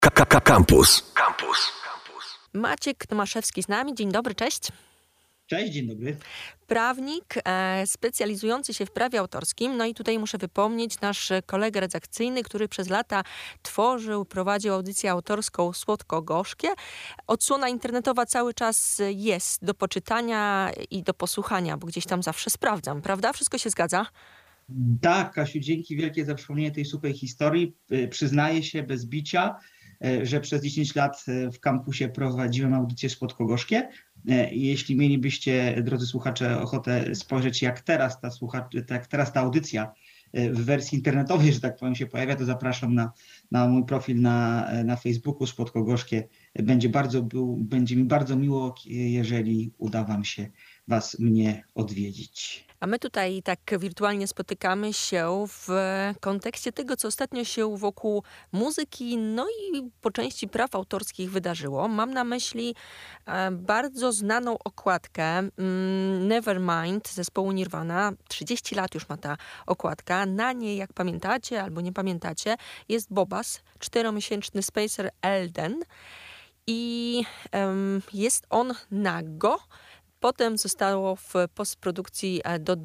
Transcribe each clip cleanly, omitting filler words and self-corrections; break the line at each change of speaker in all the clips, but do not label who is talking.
Campus.
Maciek Tomaszewski z nami. Dzień dobry, cześć.
Cześć, dzień dobry.
Prawnik specjalizujący się w prawie autorskim. No i tutaj muszę wypomnieć nasz kolega redakcyjny, który przez lata prowadził audycję autorską Słodko-Gorzkie. Odsłona internetowa cały czas jest do poczytania i do posłuchania, bo gdzieś tam zawsze sprawdzam, prawda? Wszystko się zgadza?
Tak, Kasiu, dzięki wielkie za przypomnienie tej super historii. Przyznaję się bez bicia, że przez 10 lat w kampusie prowadziłem audycję Słodko-Gorzkie. Jeśli mielibyście, drodzy słuchacze, ochotę spojrzeć, jak teraz ta audycja w wersji internetowej, że tak powiem, się pojawia, to zapraszam na mój profil na Facebooku Słodko-Gorzkie. Będzie mi bardzo miło, jeżeli uda wam się mnie odwiedzić.
A my tutaj tak wirtualnie spotykamy się w kontekście tego, co ostatnio się wokół muzyki, no i po części praw autorskich wydarzyło. Mam na myśli bardzo znaną okładkę Nevermind zespołu Nirvana. 30 lat już ma ta okładka. Na niej, jak pamiętacie albo nie pamiętacie, jest Bobas, 4-miesięczny Spencer Elden i jest on nago. Potem zostało w postprodukcji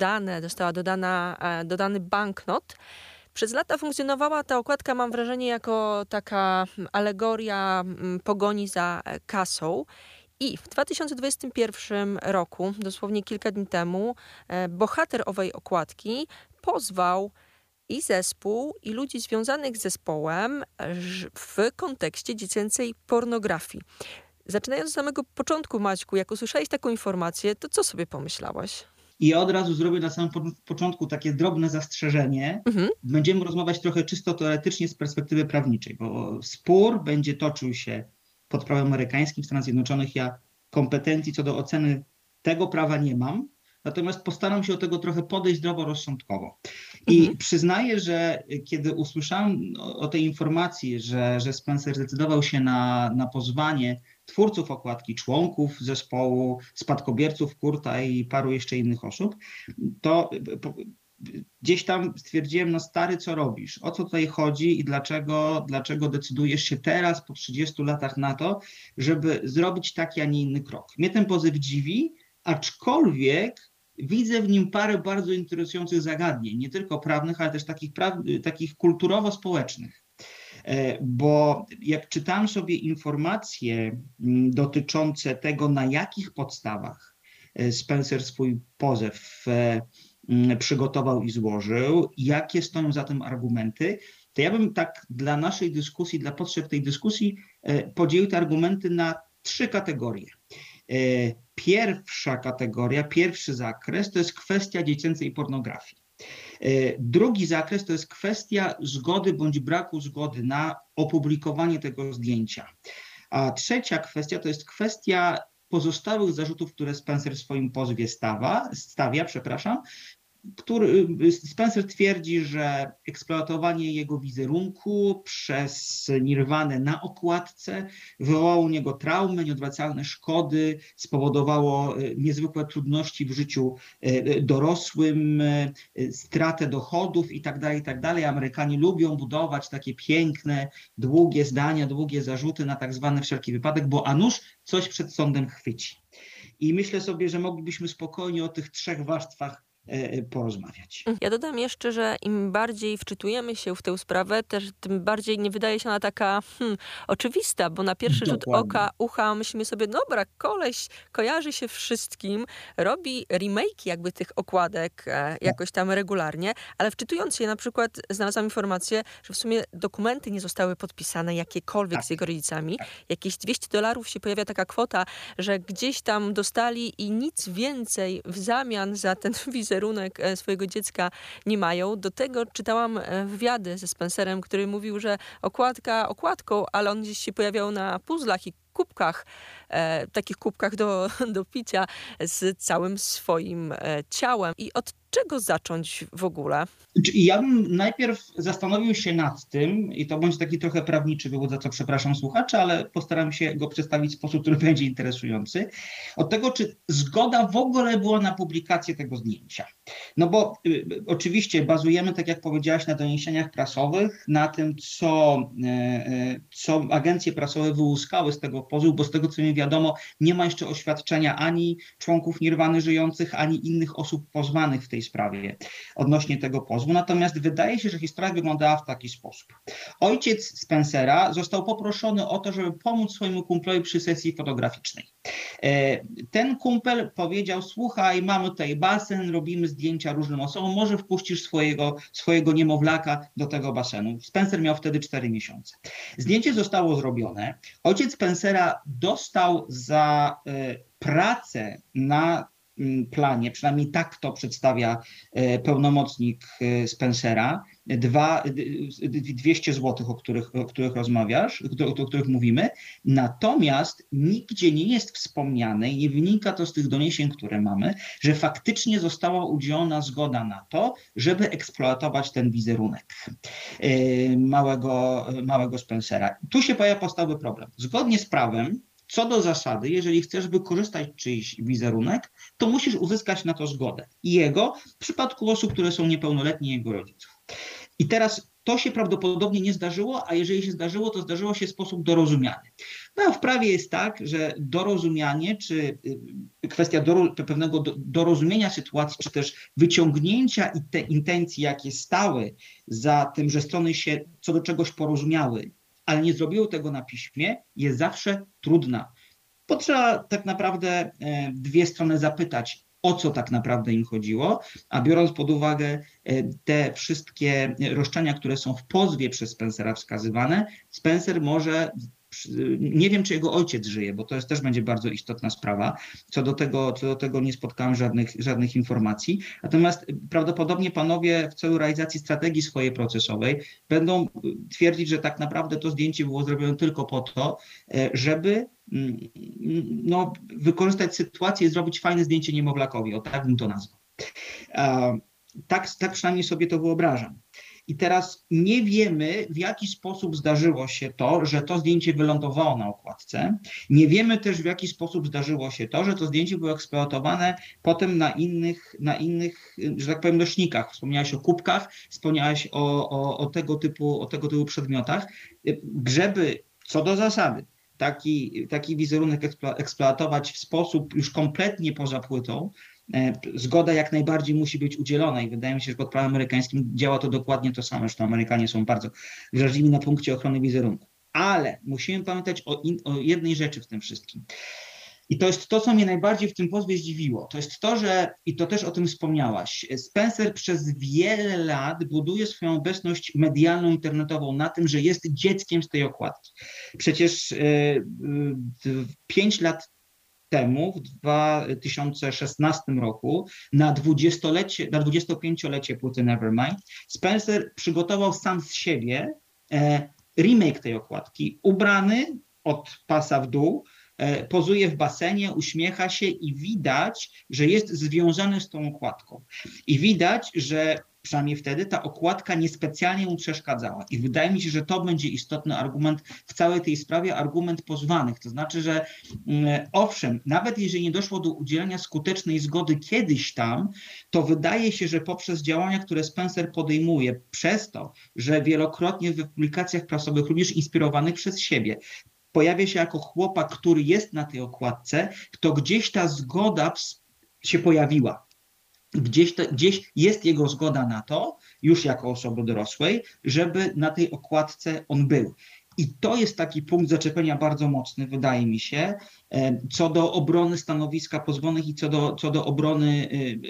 dodany banknot. Przez lata funkcjonowała ta okładka, mam wrażenie, jako taka alegoria pogoni za kasą. I w 2021 roku, dosłownie kilka dni temu, bohater owej okładki pozwał i zespół, i ludzi związanych z zespołem w kontekście dziecięcej pornografii. Zaczynając od samego początku, Maćku, jak usłyszałeś taką informację, to co sobie pomyślałeś?
I od razu zrobię na samym początku takie drobne zastrzeżenie. Będziemy rozmawiać trochę czysto teoretycznie z perspektywy prawniczej, bo spór będzie toczył się pod prawem amerykańskim w Stanach Zjednoczonych. Ja kompetencji co do oceny tego prawa nie mam, natomiast postaram się do tego trochę podejść zdroworozsądkowo. I przyznaję, że kiedy usłyszałem o tej informacji, że Spencer zdecydował się na pozwanie twórców okładki, członków zespołu, spadkobierców Kurta i paru jeszcze innych osób, to gdzieś tam stwierdziłem, no stary, co robisz? O co tutaj chodzi i dlaczego decydujesz się teraz po 30 latach na to, żeby zrobić taki, a nie inny krok? Mnie ten pozew dziwi, aczkolwiek widzę w nim parę bardzo interesujących zagadnień, nie tylko prawnych, ale też takich kulturowo-społecznych. Bo jak czytałem sobie informacje dotyczące tego, na jakich podstawach Spencer swój pozew przygotował i złożył, jakie stoją za tym argumenty, to ja bym tak dla naszej dyskusji, dla potrzeb tej dyskusji podzielił te argumenty na 3 kategorie. Pierwsza kategoria, pierwszy zakres to jest kwestia dziecięcej pornografii. Drugi zakres to jest kwestia zgody bądź braku zgody na opublikowanie tego zdjęcia. A trzecia kwestia to jest kwestia pozostałych zarzutów, które Spencer w swoim pozwie stawia. Spencer twierdzi, że eksploatowanie jego wizerunku przez Nirvanę na okładce wywołało u niego traumy, nieodwracalne szkody, spowodowało niezwykłe trudności w życiu dorosłym, stratę dochodów itd. Amerykanie lubią budować takie piękne, długie zdania, długie zarzuty na tak zwany wszelki wypadek, bo a nuż coś przed sądem chwyci. I myślę sobie, że moglibyśmy spokojnie o tych 3 warstwach porozmawiać.
Ja dodam jeszcze, że im bardziej wczytujemy się w tę sprawę, też tym bardziej nie wydaje się ona taka oczywista, bo na pierwszy rzut ucha myślimy sobie, dobra, koleś kojarzy się wszystkim, robi remake jakby tych okładek jakoś tam regularnie, ale wczytując się na przykład znalazłam informację, że w sumie dokumenty nie zostały podpisane jakiekolwiek z jego rodzicami. Jakieś $200 się pojawia taka kwota, że gdzieś tam dostali i nic więcej w zamian za ten wizerunek swojego dziecka nie mają. Do tego czytałam wywiady ze Spencerem, który mówił, że okładka okładką, ale on gdzieś się pojawiał na puzzlach i kubkach, takich kubkach do picia z całym swoim ciałem. I od czego zacząć w ogóle?
Ja bym najpierw zastanowił się nad tym, i to będzie taki trochę prawniczy wywód, za co przepraszam słuchaczy, ale postaram się go przedstawić w sposób, który będzie interesujący, od tego, czy zgoda w ogóle była na publikację tego zdjęcia. No bo oczywiście bazujemy, tak jak powiedziałaś, na doniesieniach prasowych, na tym, co agencje prasowe wyłuskały z tego pozwu, bo z tego, co mi wiadomo, nie ma jeszcze oświadczenia ani członków Nirwany żyjących, ani innych osób pozwanych w tej sprawie odnośnie tego pozwu. Natomiast wydaje się, że historia wyglądała w taki sposób. Ojciec Spencera został poproszony o to, żeby pomóc swojemu kumplowi przy sesji fotograficznej. Ten kumpel powiedział: słuchaj, mamy tutaj basen, robimy zdjęcia różnym osobom, może wpuścisz swojego niemowlaka do tego basenu. Spencer miał wtedy 4 miesiące. Zdjęcie zostało zrobione. Ojciec Spencera dostał za pracę na planie, przynajmniej tak to przedstawia pełnomocnik Spencera, 200 zł, o których rozmawiasz, o których mówimy. Natomiast nigdzie nie jest wspomniane i nie wynika to z tych doniesień, które mamy, że faktycznie została udzielona zgoda na to, żeby eksploatować ten wizerunek małego Spencera. Tu się pojawia podstawowy problem. Zgodnie z prawem, co do zasady, jeżeli chcesz wykorzystać czyjś wizerunek, to musisz uzyskać na to zgodę. I jego, w przypadku osób, które są niepełnoletnie, jego rodziców. I teraz to się prawdopodobnie nie zdarzyło, a jeżeli się zdarzyło, to zdarzyło się w sposób dorozumiany. No, w prawie jest tak, że dorozumianie, czy kwestia pewnego dorozumienia sytuacji, czy też wyciągnięcia te intencji, jakie stały za tym, że strony się co do czegoś porozumiały, ale nie zrobiły tego na piśmie, jest zawsze trudna. Bo trzeba tak naprawdę dwie strony zapytać, o co tak naprawdę im chodziło, a biorąc pod uwagę te wszystkie roszczenia, które są w pozwie przez Spencera wskazywane, Spencer może, nie wiem, czy jego ojciec żyje, bo to też będzie bardzo istotna sprawa. Co do tego nie spotkałem żadnych informacji. Natomiast prawdopodobnie panowie w celu realizacji strategii swojej procesowej będą twierdzić, że tak naprawdę to zdjęcie było zrobione tylko po to, żeby wykorzystać sytuację i zrobić fajne zdjęcie niemowlakowi. O, tak bym to nazwał. Tak przynajmniej sobie to wyobrażam. I teraz nie wiemy, w jaki sposób zdarzyło się to, że to zdjęcie wylądowało na okładce. Nie wiemy też, w jaki sposób zdarzyło się to, że to zdjęcie było eksploatowane potem na innych, że tak powiem, nośnikach. Wspomniałeś o kubkach, wspomniałeś o tego typu przedmiotach. Żeby co do zasady taki wizerunek eksploatować w sposób już kompletnie poza płytą, zgoda jak najbardziej musi być udzielona i wydaje mi się, że pod prawem amerykańskim działa to dokładnie to samo, zresztą Amerykanie są bardzo wrażliwi na punkcie ochrony wizerunku. Ale musimy pamiętać o jednej rzeczy w tym wszystkim. I to jest to, co mnie najbardziej w tym pozwie zdziwiło. To jest to, że, i to też o tym wspomniałaś, Spencer przez wiele lat buduje swoją obecność medialną, internetową na tym, że jest dzieckiem z tej okładki. Przecież 5 lat temu, w 2016 roku, na 25-lecie płyty Nevermind, Spencer przygotował sam z siebie remake tej okładki, ubrany od pasa w dół, pozuje w basenie, uśmiecha się i widać, że jest związany z tą okładką. I widać, że przynajmniej wtedy ta okładka niespecjalnie mu przeszkadzała. I wydaje mi się, że to będzie istotny argument w całej tej sprawie, argument pozwanych. To znaczy, że owszem, nawet jeżeli nie doszło do udzielenia skutecznej zgody kiedyś tam, to wydaje się, że poprzez działania, które Spencer podejmuje, przez to, że wielokrotnie w publikacjach prasowych, również inspirowanych przez siebie, pojawia się jako chłopak, który jest na tej okładce, to gdzieś ta zgoda się pojawiła. Gdzieś jest jego zgoda na to, już jako osoby dorosłej, żeby na tej okładce on był. I to jest taki punkt zaczepienia bardzo mocny, wydaje mi się, co do obrony stanowiska pozwonych i co do obrony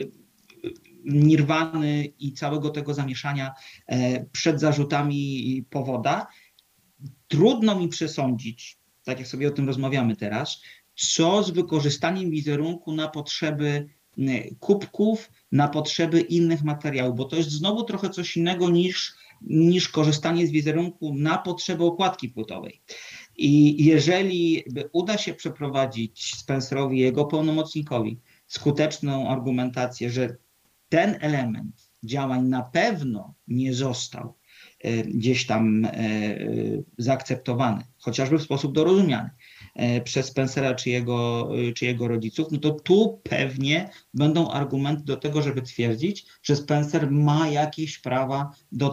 Nirwany i całego tego zamieszania przed zarzutami Powoda. Trudno mi przesądzić, tak jak sobie o tym rozmawiamy teraz, co z wykorzystaniem wizerunku na potrzeby kubków, na potrzeby innych materiałów, bo to jest znowu trochę coś innego niż korzystanie z wizerunku na potrzeby okładki płytowej. I jeżeli uda się przeprowadzić Spencerowi i jego pełnomocnikowi skuteczną argumentację, że ten element działań na pewno nie został gdzieś tam zaakceptowany, chociażby w sposób dorozumiany przez Spencera czy jego rodziców, no to tu pewnie będą argumenty do tego, żeby twierdzić, że Spencer ma jakieś prawa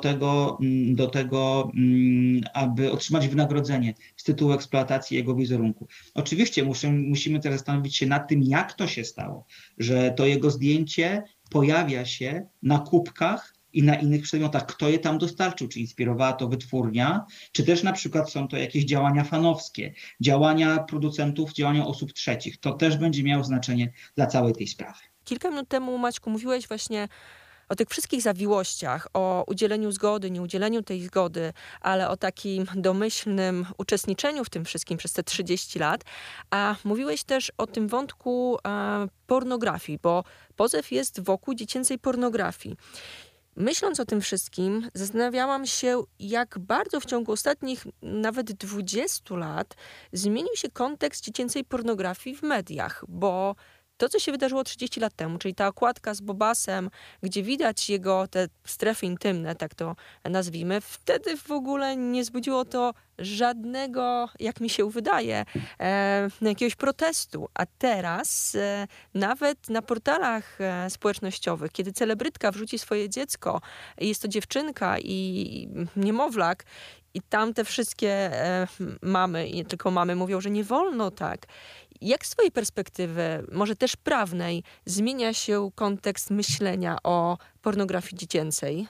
do tego, aby otrzymać wynagrodzenie z tytułu eksploatacji jego wizerunku. Oczywiście musimy też zastanowić się nad tym, jak to się stało, że to jego zdjęcie pojawia się na kubkach i na innych przedmiotach. Kto je tam dostarczył? Czy inspirowała to wytwórnia? Czy też na przykład są to jakieś działania fanowskie, działania producentów, działania osób trzecich? To też będzie miało znaczenie dla całej tej sprawy.
Kilka minut temu, Maćku, mówiłeś właśnie o tych wszystkich zawiłościach, o udzieleniu zgody, nieudzieleniu tej zgody, ale o takim domyślnym uczestniczeniu w tym wszystkim przez te 30 lat. A mówiłeś też o tym wątku pornografii, bo pozew jest wokół dziecięcej pornografii. Myśląc o tym wszystkim, zastanawiałam się, jak bardzo w ciągu ostatnich nawet 20 lat zmienił się kontekst dziecięcej pornografii w mediach, bo to, co się wydarzyło 30 lat temu, czyli ta okładka z Bobasem, gdzie widać jego te strefy intymne, tak to nazwijmy, wtedy w ogóle nie zbudziło to żadnego, jak mi się wydaje, jakiegoś protestu. A teraz nawet na portalach społecznościowych, kiedy celebrytka wrzuci swoje dziecko, jest to dziewczynka i niemowlak, i tam te wszystkie mamy, i nie tylko mamy, mówią, że nie wolno tak. Jak z twojej perspektywy, może też prawnej, zmienia się kontekst myślenia o pornografii dziecięcej?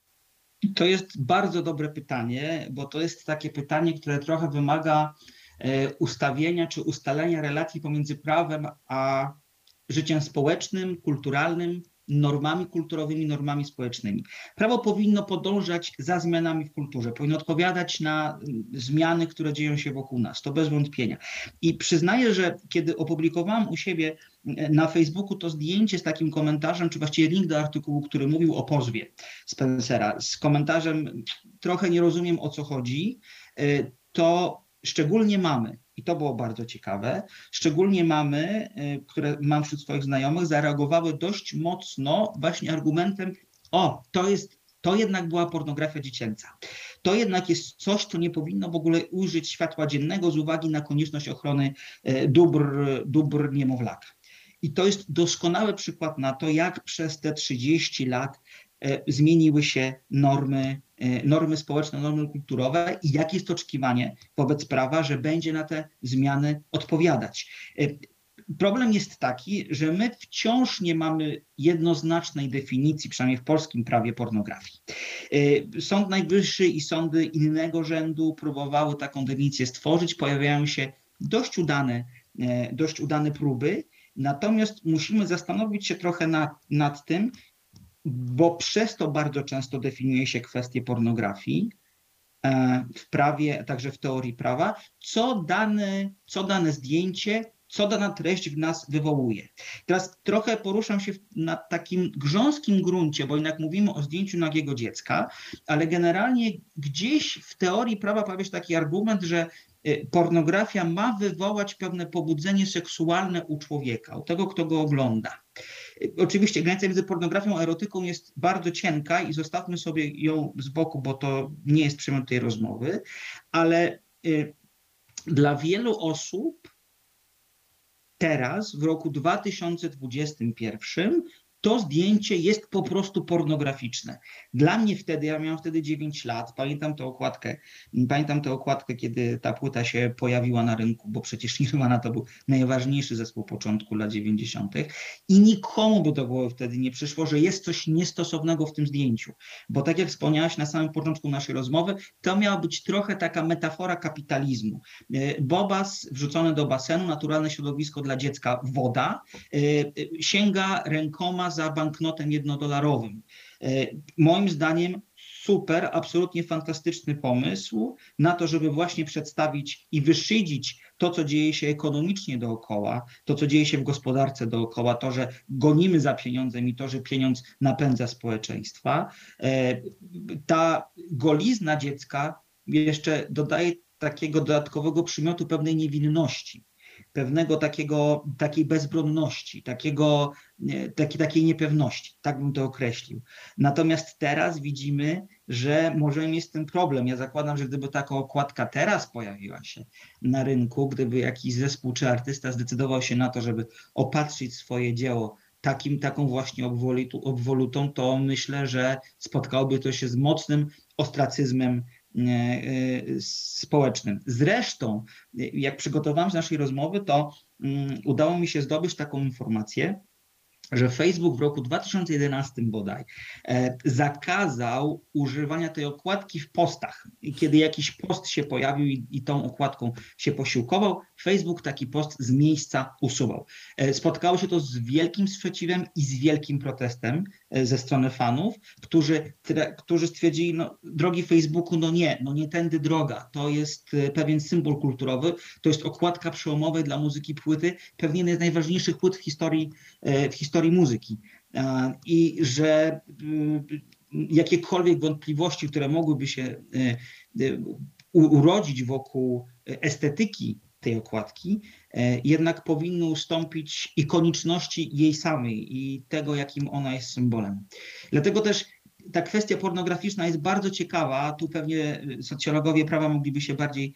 To jest bardzo dobre pytanie, bo to jest takie pytanie, które trochę wymaga ustawienia czy ustalenia relacji pomiędzy prawem a życiem społecznym, kulturalnym, normami kulturowymi, normami społecznymi. Prawo powinno podążać za zmianami w kulturze, powinno odpowiadać na zmiany, które dzieją się wokół nas, to bez wątpienia. I przyznaję, że kiedy opublikowałam u siebie na Facebooku to zdjęcie z takim komentarzem, czy właściwie link do artykułu, który mówił o pozwie Spencera, z komentarzem trochę nie rozumiem, o co chodzi, to szczególnie mamy, i to było bardzo ciekawe, szczególnie mamy, które mam wśród swoich znajomych, zareagowały dość mocno właśnie argumentem: to jednak była pornografia dziecięca. To jednak jest coś, co nie powinno w ogóle ujrzeć światła dziennego z uwagi na konieczność ochrony dóbr niemowlaka. I to jest doskonały przykład na to, jak przez te 30 lat zmieniły się normy społeczne, normy kulturowe i jakie jest oczekiwanie wobec prawa, że będzie na te zmiany odpowiadać. Problem jest taki, że my wciąż nie mamy jednoznacznej definicji, przynajmniej w polskim prawie, pornografii. Sąd Najwyższy i sądy innego rzędu próbowały taką definicję stworzyć. Pojawiają się dość udane próby, natomiast musimy zastanowić się trochę nad tym, bo przez to bardzo często definiuje się kwestię pornografii w prawie, a także w teorii prawa, co dane zdjęcie, co dana treść w nas wywołuje. Teraz trochę poruszam się na takim grząskim gruncie, bo jednak mówimy o zdjęciu nagiego dziecka, ale generalnie gdzieś w teorii prawa pojawia się taki argument, że pornografia ma wywołać pewne pobudzenie seksualne u człowieka, u tego, kto go ogląda. Oczywiście granica między pornografią a erotyką jest bardzo cienka i zostawmy sobie ją z boku, bo to nie jest przedmiot tej rozmowy, ale dla wielu osób teraz, w roku 2021, to zdjęcie jest po prostu pornograficzne. Dla mnie wtedy, ja miałem wtedy 9 lat, pamiętam tę okładkę, kiedy ta płyta się pojawiła na rynku, bo przecież Nirvana to był najważniejszy zespół początku lat 90. i nikomu by do głowy wtedy nie przyszło, że jest coś niestosownego w tym zdjęciu. Bo tak jak wspomniałaś na samym początku naszej rozmowy, to miała być trochę taka metafora kapitalizmu. Bobas wrzucony do basenu, naturalne środowisko dla dziecka, woda, sięga rękoma za banknotem jednodolarowym. Moim zdaniem super, absolutnie fantastyczny pomysł na to, żeby właśnie przedstawić i wyszydzić to, co dzieje się ekonomicznie dookoła, to, co dzieje się w gospodarce dookoła, to, że gonimy za pieniądzem i to, że pieniądz napędza społeczeństwa. Ta golizna dziecka jeszcze dodaje takiego dodatkowego przymiotu pewnej niewinności. pewnego takiej bezbronności, takiej niepewności, tak bym to określił. Natomiast teraz widzimy, że może mieć ten problem. Ja zakładam, że gdyby taka okładka teraz pojawiła się na rynku, gdyby jakiś zespół czy artysta zdecydował się na to, żeby opatrzyć swoje dzieło taką właśnie obwolutą, to myślę, że spotkałoby to się z mocnym ostracyzmem społecznym. Zresztą, jak przygotowałem się do naszej rozmowy, to udało mi się zdobyć taką informację, że Facebook w roku 2011 bodaj zakazał używania tej okładki w postach. I kiedy jakiś post się pojawił i tą okładką się posiłkował, Facebook taki post z miejsca usuwał. Spotkało się to z wielkim sprzeciwem i z wielkim protestem ze strony fanów, którzy stwierdzili, no drogi Facebooku, no nie tędy droga, to jest pewien symbol kulturowy, to jest okładka przełomowa dla muzyki płyty, pewnie jedna z najważniejszych płyt w historii muzyki. I że jakiekolwiek wątpliwości, które mogłyby się urodzić wokół estetyki tej okładki, jednak powinny ustąpić ikoniczności jej samej i tego, jakim ona jest symbolem. Dlatego też ta kwestia pornograficzna jest bardzo ciekawa. Tu pewnie socjologowie prawa mogliby się bardziej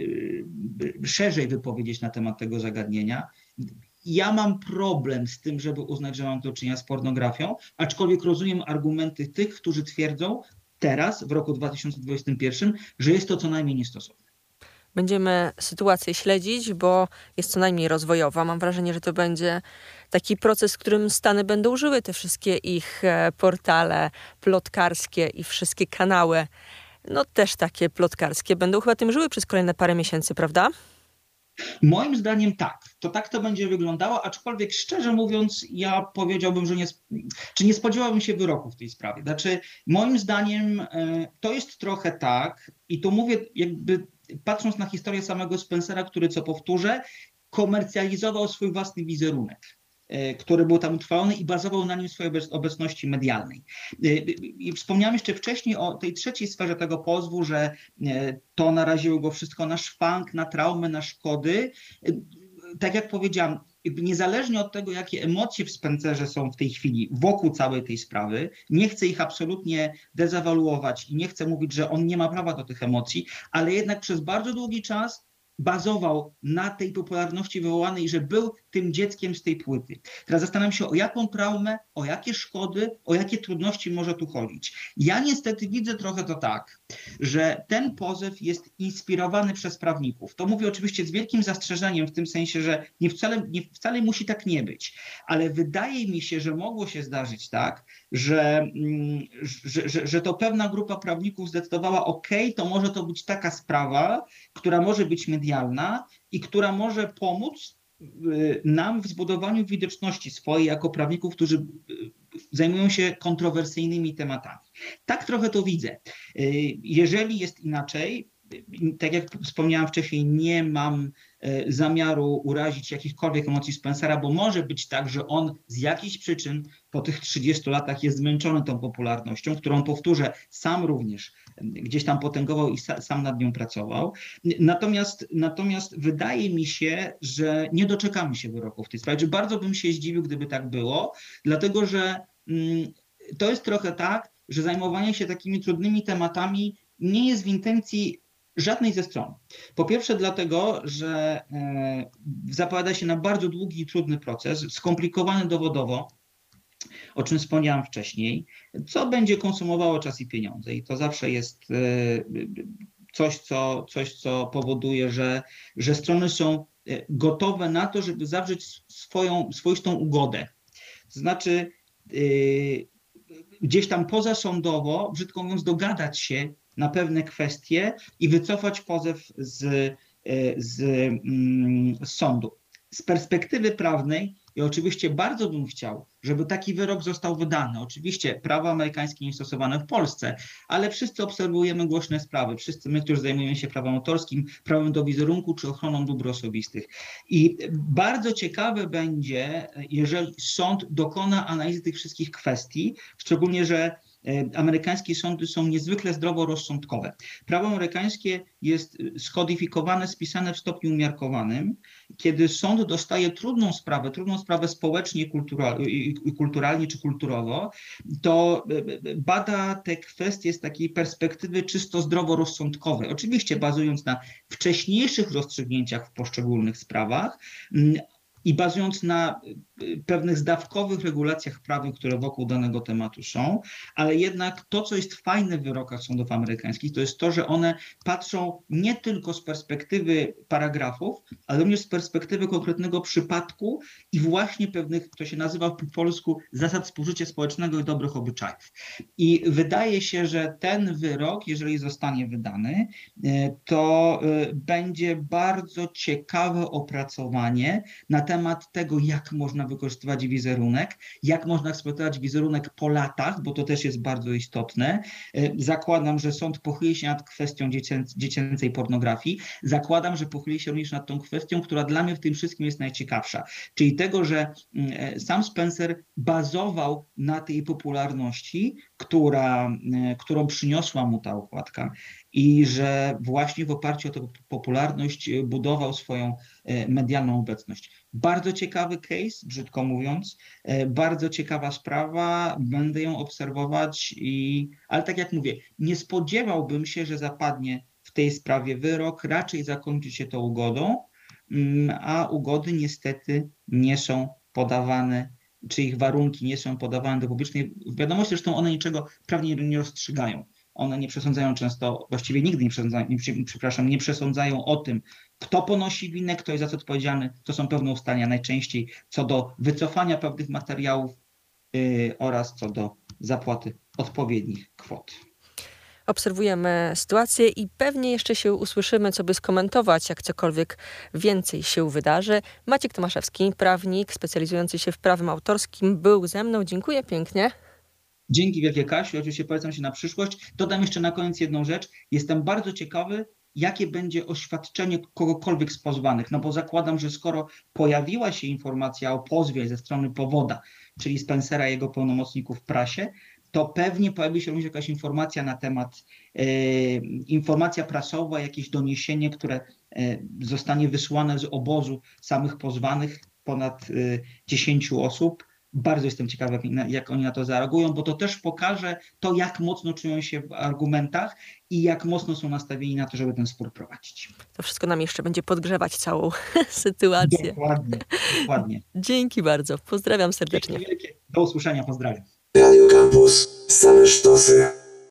szerzej wypowiedzieć na temat tego zagadnienia. Ja mam problem z tym, żeby uznać, że mam do czynienia z pornografią, aczkolwiek rozumiem argumenty tych, którzy twierdzą teraz, w roku 2021, że jest to co najmniej niestosowne.
Będziemy sytuację śledzić, bo jest co najmniej rozwojowa. Mam wrażenie, że to będzie taki proces, w którym Stany będą żyły te wszystkie ich portale plotkarskie i wszystkie kanały, no też takie plotkarskie, będą chyba tym żyły przez kolejne parę miesięcy, prawda?
Moim zdaniem tak. Tak to będzie wyglądało, aczkolwiek szczerze mówiąc, ja powiedziałbym, że nie spodziewałbym się wyroku w tej sprawie. Znaczy, moim zdaniem to jest trochę tak, i tu mówię jakby patrząc na historię samego Spencera, który, co powtórzę, komercjalizował swój własny wizerunek, który był tam utrwalony i bazował na nim w swojej obecności medialnej. I wspomniałem jeszcze wcześniej o tej trzeciej sferze tego pozwu, że to naraziło go wszystko na szwank, na traumę, na szkody. Tak jak powiedziałam, niezależnie od tego, jakie emocje w Spencerze są w tej chwili wokół całej tej sprawy, nie chcę ich absolutnie dezawaluować i nie chcę mówić, że on nie ma prawa do tych emocji, ale jednak przez bardzo długi czas bazował na tej popularności wywołanej, że był tym dzieckiem z tej płyty. Teraz zastanawiam się, o jaką traumę, o jakie szkody, o jakie trudności może tu chodzić. Ja niestety widzę trochę to tak, że ten pozew jest inspirowany przez prawników. To mówię oczywiście z wielkim zastrzeżeniem, w tym sensie, że wcale musi tak nie być, ale wydaje mi się, że mogło się zdarzyć tak, że to pewna grupa prawników zdecydowała, to może to być taka sprawa, która może być medialna i która może pomóc nam w zbudowaniu widoczności swojej jako prawników, którzy zajmują się kontrowersyjnymi tematami. Tak trochę to widzę. Jeżeli jest inaczej, tak jak wspomniałam wcześniej, nie mam zamiaru urazić jakichkolwiek emocji Spencera, bo może być tak, że on z jakichś przyczyn po tych 30 latach jest zmęczony tą popularnością, którą, powtórzę, sam również gdzieś tam potęgował i sam nad nią pracował. Natomiast wydaje mi się, że nie doczekamy się wyroku w tej sprawie. Bardzo bym się zdziwił, gdyby tak było, dlatego że to jest trochę tak, że zajmowanie się takimi trudnymi tematami nie jest w intencji żadnej ze stron. Po pierwsze dlatego, że zapowiada się na bardzo długi i trudny proces, skomplikowany dowodowo, o czym wspomniałam wcześniej, co będzie konsumowało czas i pieniądze. I to zawsze jest coś, co powoduje, że strony są gotowe na to, żeby zawrzeć swoistą ugodę. To znaczy gdzieś tam pozasądowo, brzydko mówiąc, dogadać się na pewne kwestie i wycofać pozew z sądu. Z perspektywy prawnej ja oczywiście bardzo bym chciał, żeby taki wyrok został wydany. Oczywiście prawo amerykańskie nie stosowane w Polsce, ale wszyscy obserwujemy głośne sprawy. Wszyscy my, którzy zajmujemy się prawem autorskim, prawem do wizerunku czy ochroną dóbr osobistych. I bardzo ciekawe będzie, jeżeli sąd dokona analizy tych wszystkich kwestii, szczególnie, że amerykańskie sądy są niezwykle zdroworozsądkowe. Prawo amerykańskie jest skodyfikowane, spisane w stopniu umiarkowanym. Kiedy sąd dostaje trudną sprawę społecznie, kulturalnie czy kulturowo, to bada te kwestie z takiej perspektywy czysto zdroworozsądkowej. Oczywiście bazując na wcześniejszych rozstrzygnięciach w poszczególnych sprawach i bazując na pewnych zdawkowych regulacjach prawnych, które wokół danego tematu są, ale jednak to, co jest fajne w wyrokach sądów amerykańskich, to jest to, że one patrzą nie tylko z perspektywy paragrafów, ale również z perspektywy konkretnego przypadku i właśnie pewnych, to się nazywa po polsku, zasad współżycia społecznego i dobrych obyczajów. I wydaje się, że ten wyrok, jeżeli zostanie wydany, to będzie bardzo ciekawe opracowanie na temat tego, jak można wykorzystywać wizerunek, jak można eksploatować wizerunek po latach, bo to też jest bardzo istotne. Zakładam, że sąd pochyli się nad kwestią dziecięcej pornografii. Zakładam, że pochyli się również nad tą kwestią, która dla mnie w tym wszystkim jest najciekawsza, czyli tego, że sam Spencer bazował na tej popularności, którą przyniosła mu ta okładka i że właśnie w oparciu o tę popularność budował swoją medialną obecność. Bardzo ciekawy case, brzydko mówiąc, bardzo ciekawa sprawa, będę ją obserwować, ale tak jak mówię, nie spodziewałbym się, że zapadnie w tej sprawie wyrok, raczej zakończy się to ugodą, a ugody niestety nie są podawane, czy ich warunki nie są podawane do publicznej wiadomości, zresztą one niczego prawnie nie rozstrzygają. One nie przesądzają często, właściwie nigdy nie przesądzają o tym, kto ponosi winę, kto jest za co odpowiedzialny. To są pewne ustalenia najczęściej co do wycofania pewnych materiałów oraz co do zapłaty odpowiednich kwot.
Obserwujemy sytuację i pewnie jeszcze się usłyszymy, co by skomentować, jak cokolwiek więcej się wydarzy. Maciek Tomaszewski, prawnik specjalizujący się w prawem autorskim, był ze mną. Dziękuję pięknie.
Dzięki wielkie, Kasiu. Oczywiście polecam się na przyszłość. Dodam jeszcze na koniec jedną rzecz. Jestem bardzo ciekawy, jakie będzie oświadczenie kogokolwiek z pozwanych. No bo zakładam, że skoro pojawiła się informacja o pozwie ze strony powoda, czyli Spencera i jego pełnomocników w prasie, to pewnie pojawi się również jakaś informacja na temat, informacja prasowa, jakieś doniesienie, które zostanie wysłane z obozu samych pozwanych, ponad 10 osób. Bardzo jestem ciekawy, jak oni na to zareagują, bo to też pokaże to, jak mocno czują się w argumentach i jak mocno są nastawieni na to, żeby ten spór prowadzić.
To wszystko nam jeszcze będzie podgrzewać całą sytuację.
Dokładnie.
Dzięki bardzo. Pozdrawiam serdecznie.
Dzięki wielkie. Do usłyszenia. Pozdrawiam.
Radio Campus. Same sztosy.